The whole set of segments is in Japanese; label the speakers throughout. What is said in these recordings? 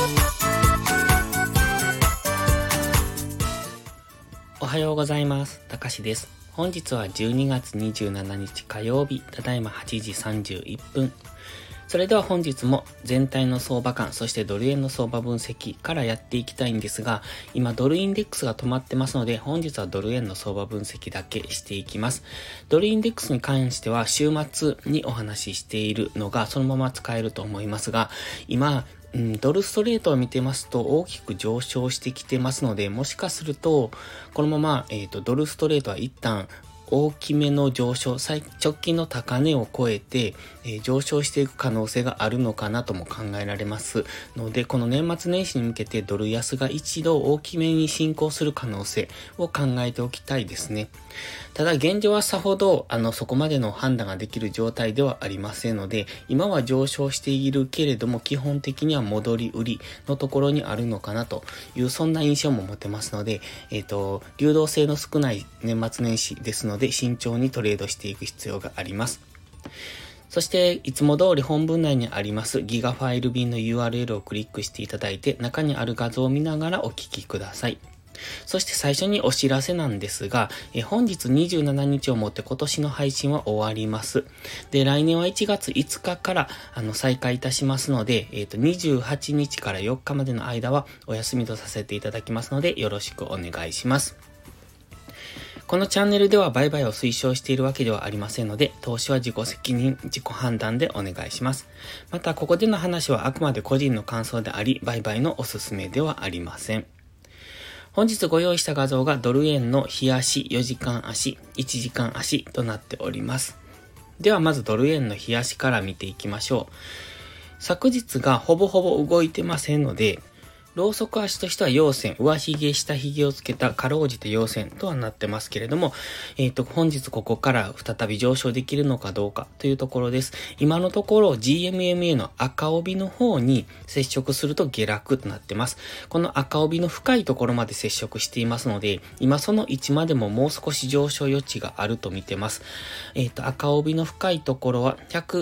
Speaker 1: おはようございます。たかしです。本日は12月27日火曜日、ただいま8時31分。それでは本日も全体の相場感、そしてドル円の相場分析からやっていきたいんですが、今ドルインデックスが止まってますので、本日はドル円の相場分析だけしていきます。ドルインデックスに関しては週末にお話ししているのがそのまま使えると思いますが、今、ドルストレートを見てますと大きく上昇してきてますので、もしかするとこのまま、ドルストレートは一旦大きめの上昇、直近の高値を超えて、上昇していく可能性があるのかなとも考えられますので、この年末年始に向けてドル安が一度大きめに進行する可能性を考えておきたいですね。ただ現状はさほどそこまでの判断ができる状態ではありませんので、今は上昇しているけれども基本的には戻り売りのところにあるのかなというそんな印象も持てますので、流動性の少ない年末年始ですので慎重にトレードしていく必要があります。そしていつも通り本文内にありますギガファイル便の URL をクリックしていただいて、中にある画像を見ながらお聞きください。そして最初にお知らせなんですが、本日27日をもって今年の配信は終わります。で、来年は1月5日から再開いたしますので、28日から4日までの間はお休みとさせていただきますので、よろしくお願いします。このチャンネルでは売買を推奨しているわけではありませんので、投資は自己責任、自己判断でお願いします。また、ここでの話はあくまで個人の感想であり、売買のおすすめではありません。本日ご用意した画像がドル円の日足、4時間足、1時間足となっております。ではまずドル円の日足から見ていきましょう。昨日がほぼほぼ動いてませんので、ローソク足としては陽線、上髭、下髭をつけたかろうじて陽線とはなってますけれども、本日ここから再び上昇できるのかどうかというところです。今のところ GMMA の赤帯の方に接触すると下落となってます。この赤帯の深いところまで接触していますので、今その位置までももう少し上昇余地があると見てます。赤帯の深いところは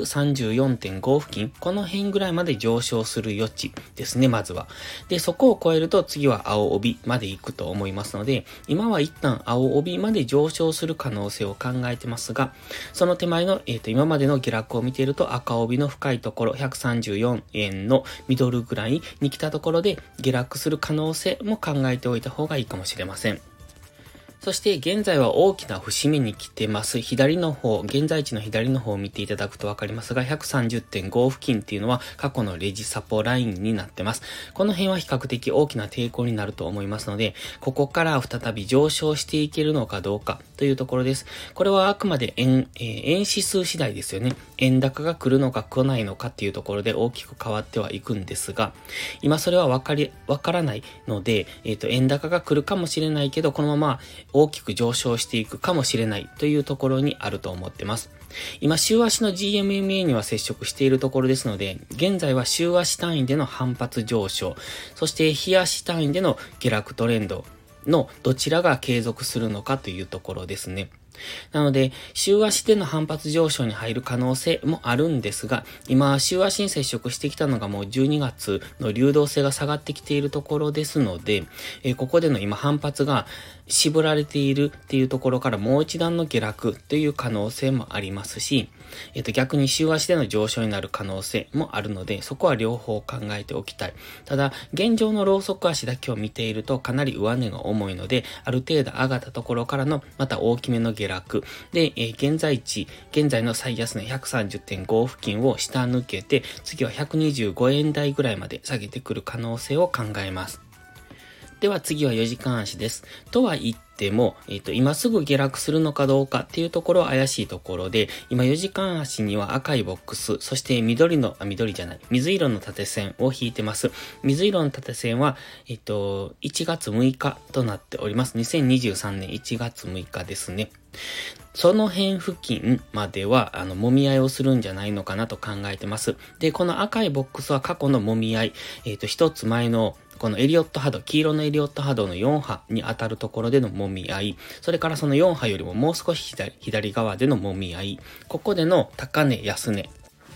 Speaker 1: 134.5 付近、この辺ぐらいまで上昇する余地ですね、まずは。で、そこを超えると次は青帯まで行くと思いますので、今は一旦青帯まで上昇する可能性を考えてますが、その手前の、今までの下落を見ていると赤帯の深いところ134円のミドルぐらいに来たところで下落する可能性も考えておいた方がいいかもしれません。そして現在は大きな節目に来てます。左の方、現在地の左の方を見ていただくとわかりますが、130.5 付近っていうのは過去のレジサポラインになってます。この辺は比較的大きな抵抗になると思いますので、ここから再び上昇していけるのかどうかというところです。これはあくまで円指数次第ですよね。円高が来るのか来ないのかっていうところで大きく変わってはいくんですが、今それはわからないので、円高が来るかもしれないけど、このまま大きく上昇していくかもしれないというところにあると思ってます。今、週足の GMMA には接触しているところですので、現在は週足単位での反発上昇、そして日足単位での下落トレンドのどちらが継続するのかというところですね。なので、週足での反発上昇に入る可能性もあるんですが、今、週足に接触してきたのがもう12月の流動性が下がってきているところですので、ここでの今反発が絞られているっていうところからもう一段の下落という可能性もありますし、逆に週足での上昇になる可能性もあるので、そこは両方考えておきたい。ただ、現状のローソク足だけを見ているとかなり上値が重いので、ある程度上がったところからのまた大きめの下落で、現在の最安値 130.5 付近を下抜けて、次は125円台ぐらいまで下げてくる可能性を考えます。では次は4時間足です。とは言っても、今すぐ下落するのかどうかっていうところは怪しいところで、今4時間足には赤いボックス、そして水色の縦線を引いてます。水色の縦線は、1月6日となっております。2023年1月6日ですね。その辺付近までは、揉み合いをするんじゃないのかなと考えてます。で、この赤いボックスは過去の揉み合い、一つ前のこのエリオット波動、黄色のエリオット波動の4波に当たるところでの揉み合い、それからその4波よりももう少し左側での揉み合い、ここでの高値安値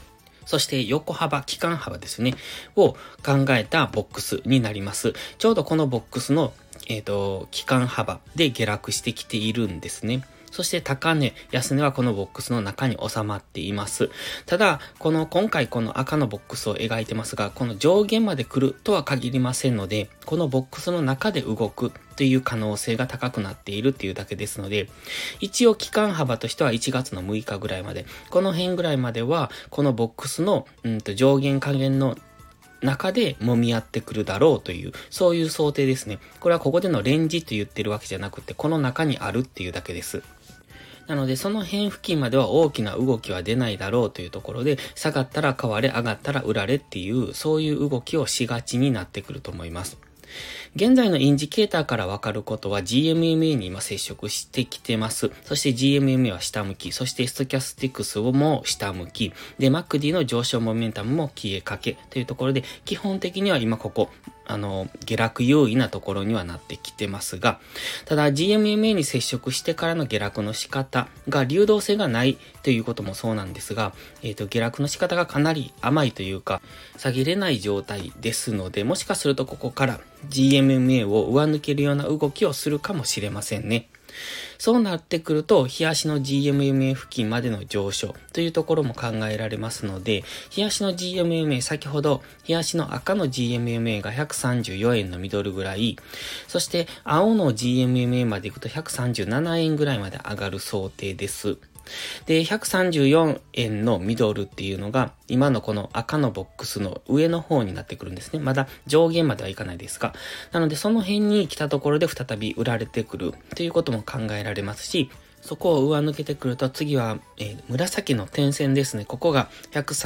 Speaker 1: そして横幅、機関幅ですね、を考えたボックスになります。ちょうどこのボックスの、機関幅で下落してきているんですね。そして高値、安値はこのボックスの中に収まっています。ただ、今回この赤のボックスを描いてますが、この上限まで来るとは限りませんので、このボックスの中で動くという可能性が高くなっているっていうだけですので、一応期間幅としては1月の6日ぐらいまで、この辺ぐらいまでは、このボックスの、上限下限の中で揉み合ってくるだろうという、そういう想定ですね。これはここでのレンジと言ってるわけじゃなくて、この中にあるっていうだけです。なので、その辺付近までは大きな動きは出ないだろうというところで、下がったら買われ、上がったら売られっていう、そういう動きをしがちになってくると思います。現在のインジケーターからわかることは GMMA に今接触してきてます。そして GMMA は下向き、そしてストキャスティクスも下向き、で、MACD の上昇モメンタムも消えかけというところで、基本的には今ここ、下落優位なところにはなってきてますが、ただ GMMA に接触してからの下落の仕方が流動性がないということもそうなんですが、下落の仕方がかなり甘いというか、下げれない状態ですので、もしかするとここから GMMA を上抜けるような動きをするかもしれませんね。そうなってくると、日足の GMMA 付近までの上昇というところも考えられますので、日足の GMMA、先ほど、日足の赤の GMMA が134円のミドルぐらい、そして青の GMMA まで行くと137円ぐらいまで上がる想定です。で、134円のミドルっていうのが、今のこの赤のボックスの上の方になってくるんですね。まだ上限まではいかないですが。なので、その辺に来たところで再び売られてくるということも考えられますし、そこを上抜けてくると次は、紫の点線ですね。ここが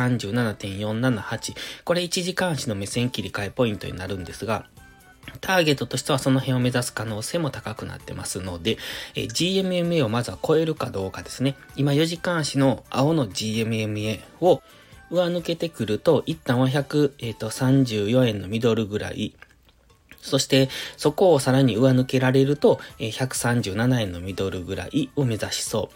Speaker 1: 137.478。これ1時間足の目線切り替えポイントになるんですが、ターゲットとしてはその辺を目指す可能性も高くなってますので、GMMA をまずは超えるかどうかですね。今4時間足の青の GMMA を上抜けてくると、一旦は134円のミドルぐらい、そしてそこをさらに上抜けられると、137円のミドルぐらいを目指しそう。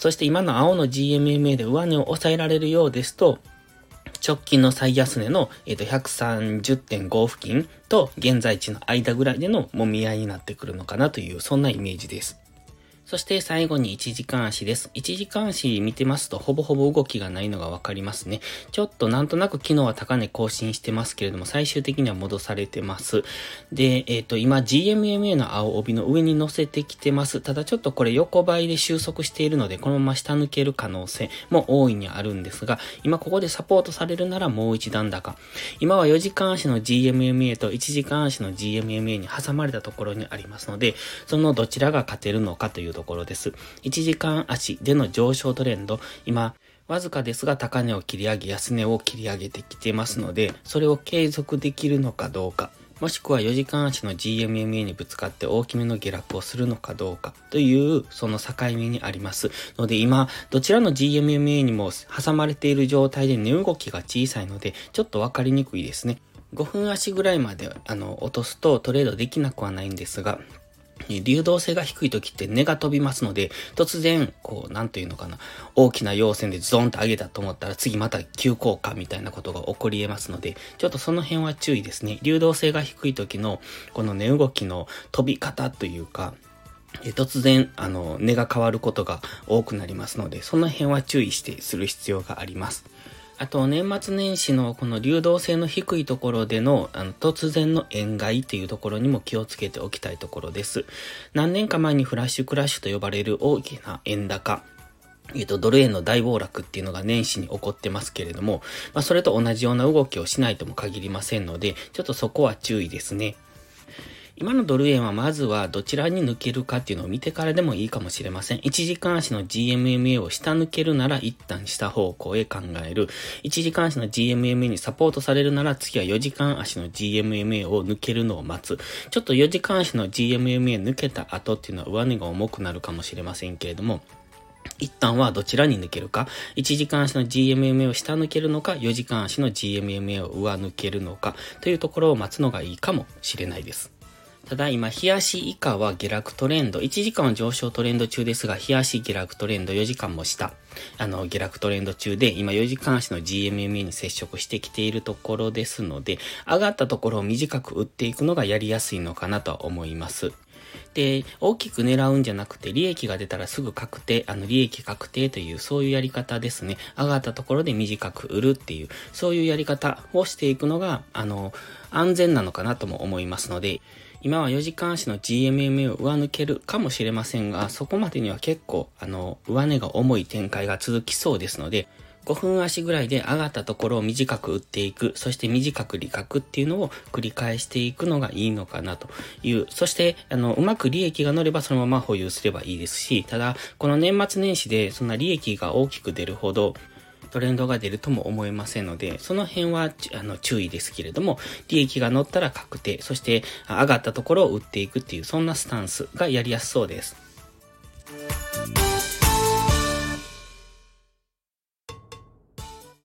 Speaker 1: そして今の青の GMMA で上値を抑えられるようですと、直近の最安値の、130.5 付近と現在地の間ぐらいでの揉み合いになってくるのかなという、そんなイメージです。そして最後に1時間足です。1時間足見てますとほぼほぼ動きがないのがわかりますね。ちょっとなんとなく昨日は高値更新してますけれども最終的には戻されてます。で、今 GMMA の青帯の上に乗せてきてます。ただちょっとこれ横ばいで収束しているのでこのまま下抜ける可能性も大いにあるんですが、今ここでサポートされるならもう一段高。今は4時間足の GMMA と1時間足の GMMA に挟まれたところにありますので、そのどちらが勝てるのかというところです。1時間足での上昇トレンド、今、わずかですが高値を切り上げ、安値を切り上げてきてますので、それを継続できるのかどうか、もしくは4時間足の GMMA にぶつかって大きめの下落をするのかどうかという、その境目にありますので、今、どちらの GMMA にも挟まれている状態で値動きが小さいので、ちょっとわかりにくいですね。5分足ぐらいまで落とすとトレードできなくはないんですが、流動性が低い時って値が飛びますので、突然、なんというのかな、大きな陽線でゾーンと上げたと思ったら次また急降下みたいなことが起こり得ますので、ちょっとその辺は注意ですね。流動性が低い時のこの値動きの飛び方というか、突然、値が変わることが多くなりますので、その辺は注意してする必要があります。あと、年末年始のこの流動性の低いところでの、突然の円買いっていうところにも気をつけておきたいところです。何年か前にフラッシュクラッシュと呼ばれる大きな円高、ドル円の大暴落っていうのが年始に起こってますけれども、それと同じような動きをしないとも限りませんので、ちょっとそこは注意ですね。今のドル円はまずはどちらに抜けるかっていうのを見てからでもいいかもしれません。1時間足の GMMA を下抜けるなら一旦下方向へ考える。1時間足の GMMA にサポートされるなら次は4時間足の GMMA を抜けるのを待つ。ちょっと4時間足の GMMA 抜けた後っていうのは上値が重くなるかもしれませんけれども、一旦はどちらに抜けるか、1時間足の GMMA を下抜けるのか、4時間足の GMMA を上抜けるのかというところを待つのがいいかもしれないです。 ただ今、日足以下は下落トレンド、1時間は上昇トレンド中ですが、日足下落トレンド4時間も下、下落トレンド中で、今4時間足の GMMA に接触してきているところですので、上がったところを短く打っていくのがやりやすいのかなとは思います。で、大きく狙うんじゃなくて、利益が出たらすぐ確定、利益確定という、そういうやり方ですね。上がったところで短く売るっていう、そういうやり方をしていくのが、安全なのかなとも思いますので、今は4時間足の GMMA を上抜けるかもしれませんが、そこまでには結構、上値が重い展開が続きそうですので、5分足ぐらいで上がったところを短く打っていく、そして短く利確っていうのを繰り返していくのがいいのかなという、そして、うまく利益が乗ればそのまま保有すればいいですし、ただ、この年末年始でそんな利益が大きく出るほど、トレンドが出るとも思えませんので、その辺は注意ですけれども、利益が乗ったら確定、そして上がったところを売っていくっていう、そんなスタンスがやりやすそうです。